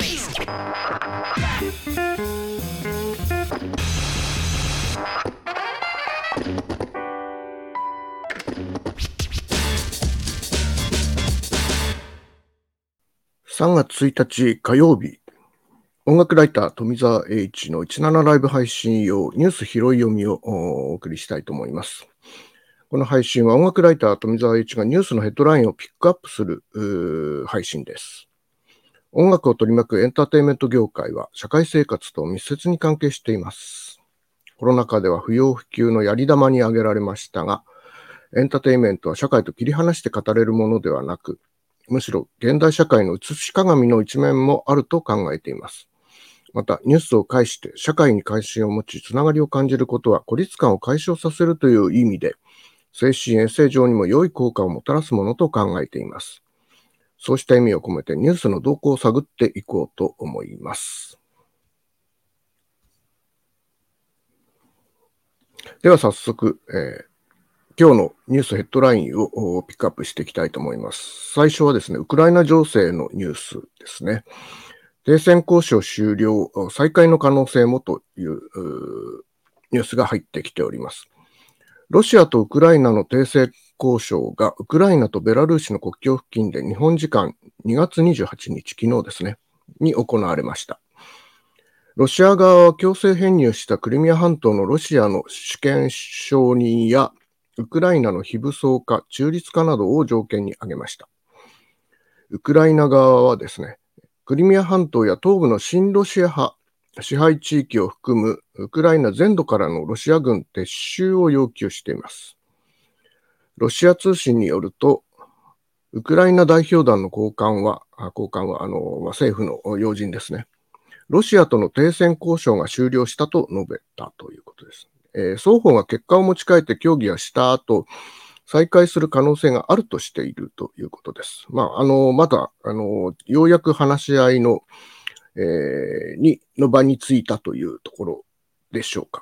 3月1日火曜日、音楽ライター富澤栄一の17ライブ配信用ニュース拾い読みをお送りしたいと思います。この配信は音楽ライター富澤栄一がニュースのヘッドラインをピックアップする配信です。音楽を取り巻くエンターテインメント業界は社会生活と密接に関係しています。コロナ禍では不要不急のやり玉に挙げられましたが、エンターテインメントは社会と切り離して語れるものではなく、むしろ現代社会の映し鏡の一面もあると考えています。また、ニュースを介して社会に関心を持ち、つながりを感じることは孤立感を解消させるという意味で、精神衛生上にも良い効果をもたらすものと考えています。そうした意味を込めてニュースの動向を探っていこうと思います。では早速、今日のニュースヘッドラインをピックアップしていきたいと思います。最初はですね、ウクライナ情勢のニュースですね。停戦交渉終了、再開の可能性もというニュースが入ってきております。ロシアとウクライナの停戦交渉がウクライナとベラルーシの国境付近で日本時間2月28日、昨日ですね、に行われました。ロシア側は強制編入したクリミア半島のロシアの主権承認やウクライナの非武装化、中立化などを条件に挙げました。ウクライナ側はですね、クリミア半島や東部の親ロシア派支配地域を含むウクライナ全土からのロシア軍撤収を要求しています。ロシア通信によると、ウクライナ代表団の高官は政府の要人ですね。ロシアとの停戦交渉が終了したと述べたということです。双方が結果を持ち帰って協議はした後、再開する可能性があるとしているということです。まだ、ようやく話し合いの、場についたというところでしょうか。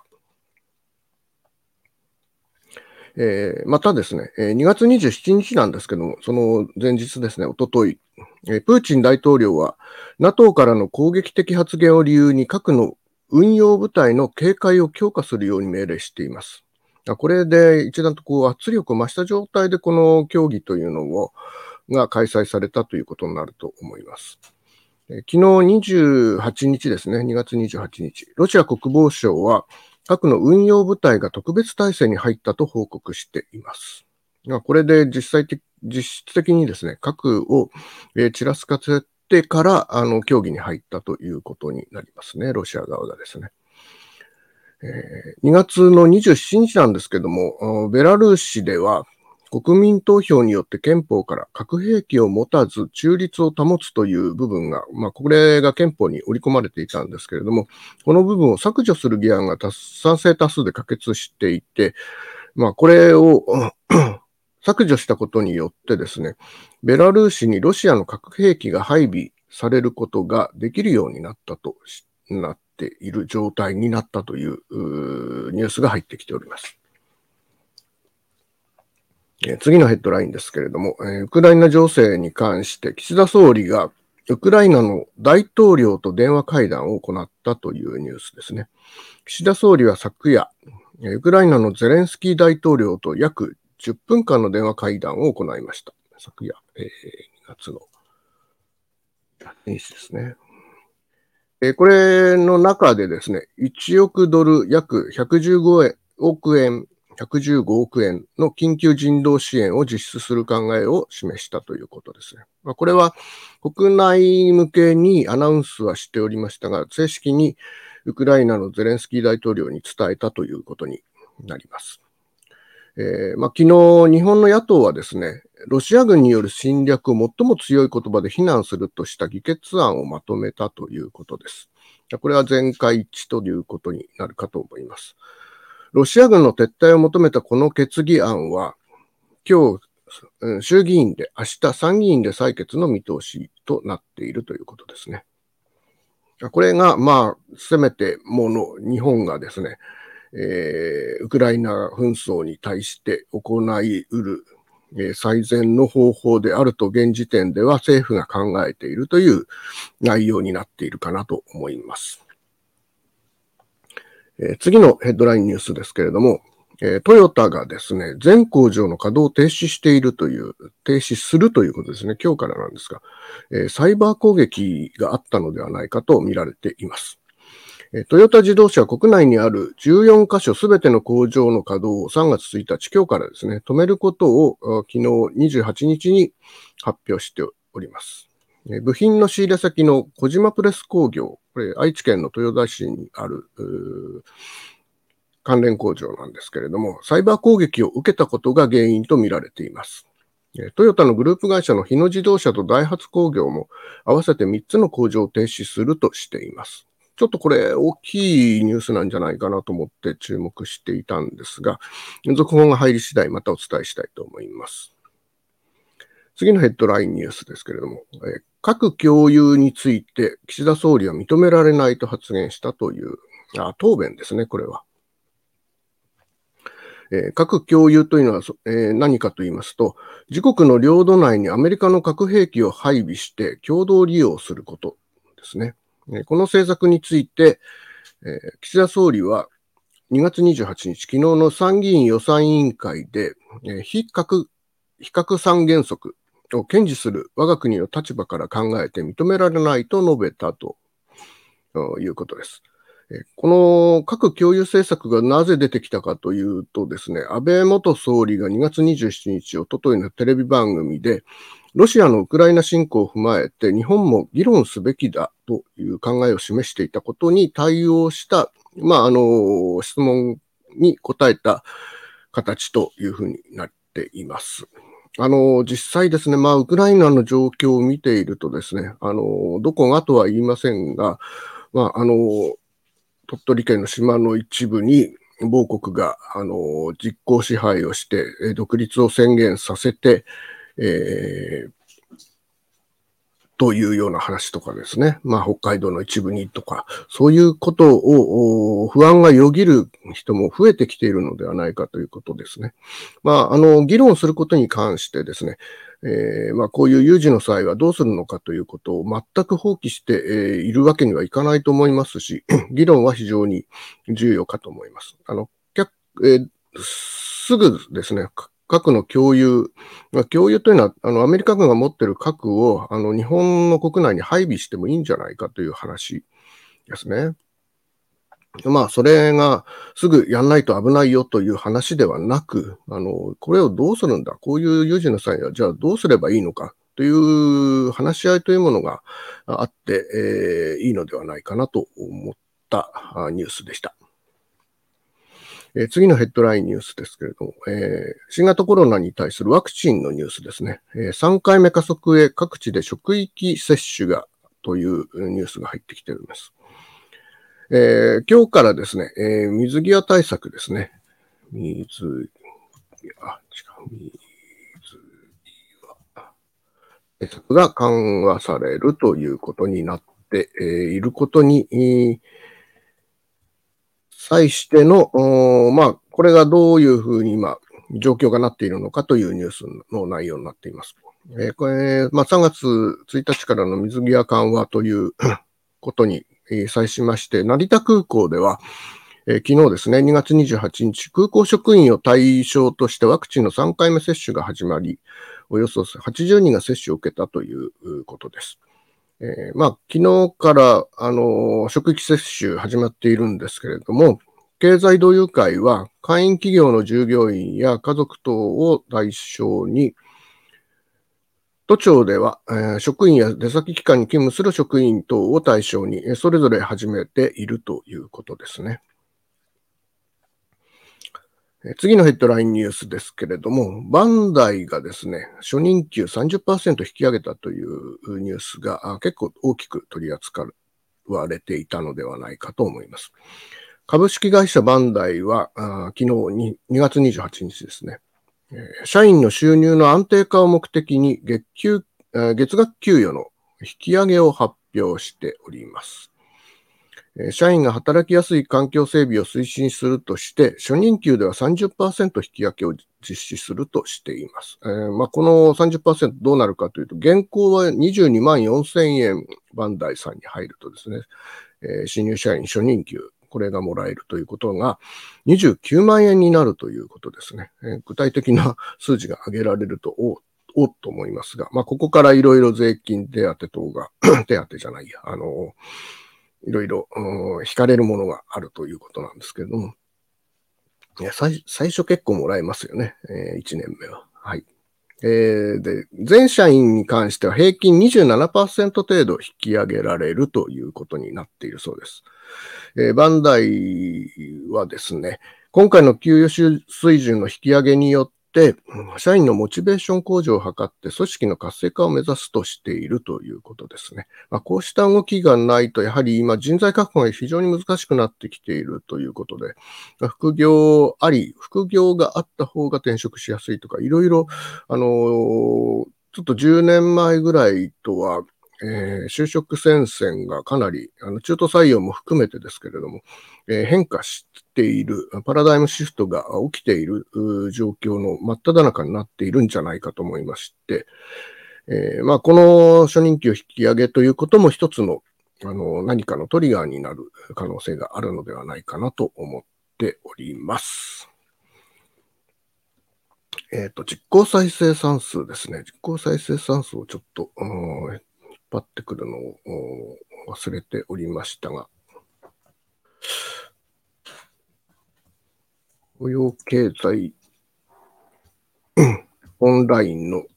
またですね、2月27日なんですけども、その前日ですね、おととい、プーチン大統領は NATO からの攻撃的発言を理由に核の運用部隊の警戒を強化するように命令しています。これで一段と圧力を増した状態でこの協議というのが開催されたということになると思います。昨日28日ですね、2月28日、ロシア国防省は核の運用部隊が特別態勢に入ったと報告しています。これで実質的にですね、核をちらつかせてから協議に入ったということになりますね、ロシア側がですね。2月の27日なんですけども、ベラルーシでは国民投票によって憲法から核兵器を持たず中立を保つという部分が、これが憲法に織り込まれていたんですけれども、この部分を削除する議案が賛成多数で可決していて、これを削除したことによってですね、ベラルーシにロシアの核兵器が配備されることができるようになったとなっている状態になったというニュースが入ってきております。次のヘッドラインですけれども、ウクライナ情勢に関して岸田総理がウクライナの大統領と電話会談を行ったというニュースですね。岸田総理は昨夜、ウクライナのゼレンスキー大統領と約10分間の電話会談を行いました。昨夜、2月の日ですね。これの中でですね、1億ドル約115億円115億円の緊急人道支援を実施する考えを示したということですね。これは国内向けにアナウンスはしておりましたが、正式にウクライナのゼレンスキー大統領に伝えたということになります。昨日、日本の野党はですね、ロシア軍による侵略を最も強い言葉で非難するとした議決案をまとめたということです。これは全会一致ということになるかと思います。ロシア軍の撤退を求めたこの決議案は、今日、衆議院で、明日参議院で採決の見通しとなっているということですね。これが、せめて日本がですね、ウクライナ紛争に対して行いうる最善の方法であると現時点では政府が考えているという内容になっているかなと思います。次のヘッドラインニュースですけれども、トヨタがですね、全工場の稼働を停止するということですね。今日からなんですが、サイバー攻撃があったのではないかと見られています。トヨタ自動車は国内にある14カ所すべての工場の稼働を3月1日、今日からですね、止めることを昨日28日に発表しております。部品の仕入れ先の小島プレス工業、これ愛知県の豊田市にある関連工場なんですけれども、サイバー攻撃を受けたことが原因と見られています。トヨタのグループ会社の日野自動車とダイハツ工業も合わせて3つの工場を停止するとしています。ちょっとこれ大きいニュースなんじゃないかなと思って注目していたんですが、続報が入り次第またお伝えしたいと思います。次のヘッドラインニュースですけれども、核共有について岸田総理は認められないと発言したという答弁ですね、これは。核共有というのは、何かと言いますと、自国の領土内にアメリカの核兵器を配備して共同利用することですね。この政策について、岸田総理は2月28日、昨日の参議院予算委員会で、非核三原則を堅持する我が国の立場から考えて認められないと述べたということです。この核共有政策がなぜ出てきたかというとですね、安倍元総理が2月27日、おとといのテレビ番組で、ロシアのウクライナ侵攻を踏まえて日本も議論すべきだという考えを示していたことに対応した、質問に答えた形というふうになっています。実際ですね、ウクライナの状況を見ているとですね、どこがとは言いませんが、鳥取県の島の一部に某国が実効支配をして独立を宣言させて、というような話とかですね、北海道の一部にとか、そういうことを不安がよぎる人も増えてきているのではないかということですね。議論することに関してですね、こういう有事の際はどうするのかということを全く放棄して、いるわけにはいかないと思いますし、議論は非常に重要かと思います。すぐですね、核の共有というのは、アメリカ軍が持っている核を日本の国内に配備してもいいんじゃないかという話ですね。それがすぐやんないと危ないよという話ではなく、これをどうするんだ、こういう有事の際は、じゃあどうすればいいのかという話し合いというものがあって、いいのではないかなと思ったニュースでした。次のヘッドラインニュースですけれども、新型コロナに対するワクチンのニュースですね。3回目加速へ各地で職域接種がというニュースが入ってきています。今日からですね、水際対策ですね。対策が緩和されるということになっていることに、際しての、これがどういうふうに今、状況がなっているのかというニュースの内容になっています。これ、3月1日からの水際緩和ということに際しまして、成田空港では、昨日ですね、2月28日、空港職員を対象としてワクチンの3回目接種が始まり、およそ80人が接種を受けたということです。昨日から、職域接種始まっているんですけれども、経済同友会は会員企業の従業員や家族等を対象に、都庁では、職員や出先機関に勤務する職員等を対象に、それぞれ始めているということですね。次のヘッドラインニュースですけれども、バンダイがですね、初任給 30% 引き上げたというニュースが結構大きく取り扱われていたのではないかと思います。株式会社バンダイは昨日2月28日ですね、社員の収入の安定化を目的に月額給与の引き上げを発表しております。社員が働きやすい環境整備を推進するとして、初任給では 30% 引き上げを実施するとしています。この 30% どうなるかというと、現行は22万4000円バンダイさんに入るとですね、新入社員初任給、これがもらえるということが29万円になるということですね。具体的な数字が挙げられると、おっと思いますが、ここからいろいろ税金手当等が、手当じゃないや、いろいろ引かれるものがあるということなんですけれども、最初結構もらえますよね。1年目は。はい。で、全社員に関しては平均 27% 程度引き上げられるということになっているそうです。バンダイはですね、今回の給与水準の引き上げによって、社員のモチベーション向上を図って組織の活性化を目指すとしているということですね。こうした動きがないと、やはり今人材確保が非常に難しくなってきているということで、副業があった方が転職しやすいとか、いろいろ、ちょっと10年前ぐらいとは、就職戦線がかなり、中途採用も含めてですけれども、変化している、パラダイムシフトが起きている状況の真っ只中になっているんじゃないかと思いまして、この初任給引き上げということも一つの、何かのトリガーになる可能性があるのではないかなと思っております。実効再生産数ですね。実効再生産数をちょっと、引っ張ってくるのを忘れておりましたが、雇用経済オンラインの、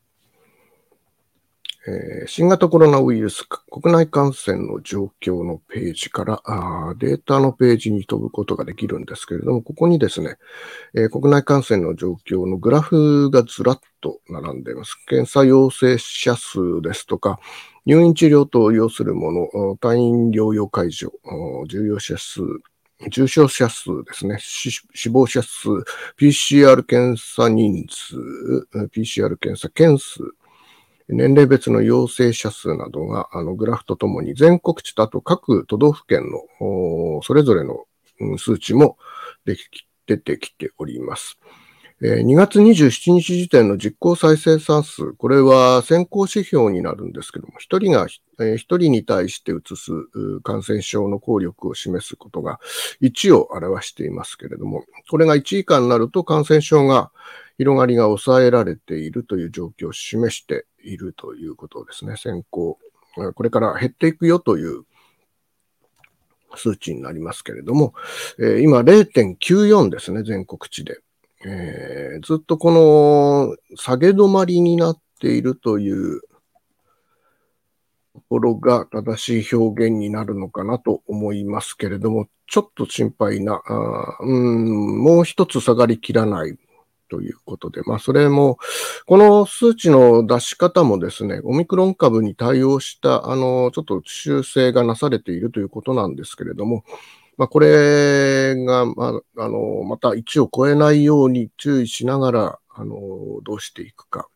新型コロナウイルス国内感染の状況のページからデータのページに飛ぶことができるんですけれども、ここにですね、国内感染の状況のグラフがずらっと並んでいます。検査陽性者数ですとか、入院治療等を要するもの、退院療養解除、重症者数ですね、死亡者数、PCR 検査人数、PCR 検査件数、年齢別の陽性者数などがグラフとともに全国値とあと各都道府県のそれぞれの数値も出てきております。2月27日時点の実効再生産数、これは先行指標になるんですけども、1人が1人に対して移す感染症の効力を示すことが1を表していますけれども、これが1以下になると感染症が広がりが抑えられているという状況を示しているということですね。先行。これから減っていくよという数値になりますけれども、今 0.94 ですね、全国値で。ずっとこの下げ止まりになっているというところが正しい表現になるのかなと思いますけれども、ちょっと心配な、もう一つ下がりきらないということで、それも、この数値の出し方もですね、オミクロン株に対応した、ちょっと修正がなされているということなんですけれども、これが、また1を超えないように注意しながら、どうしていくか。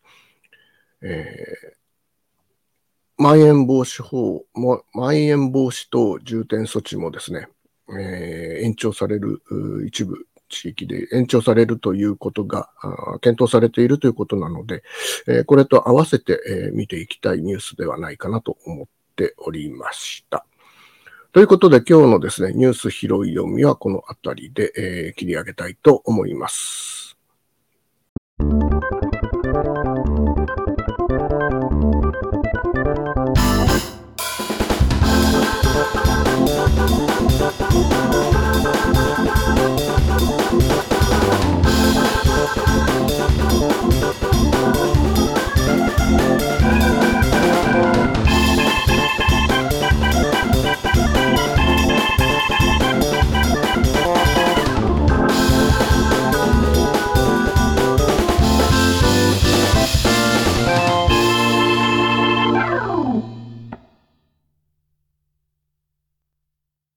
まん延防止等重点措置もですね、延長される、一部地域で延長されるということが検討されているということなので、これと合わせて、見ていきたいニュースではないかなと思っておりました。ということで今日のですね、ニュース拾い読みはこのあたりで、切り上げたいと思います。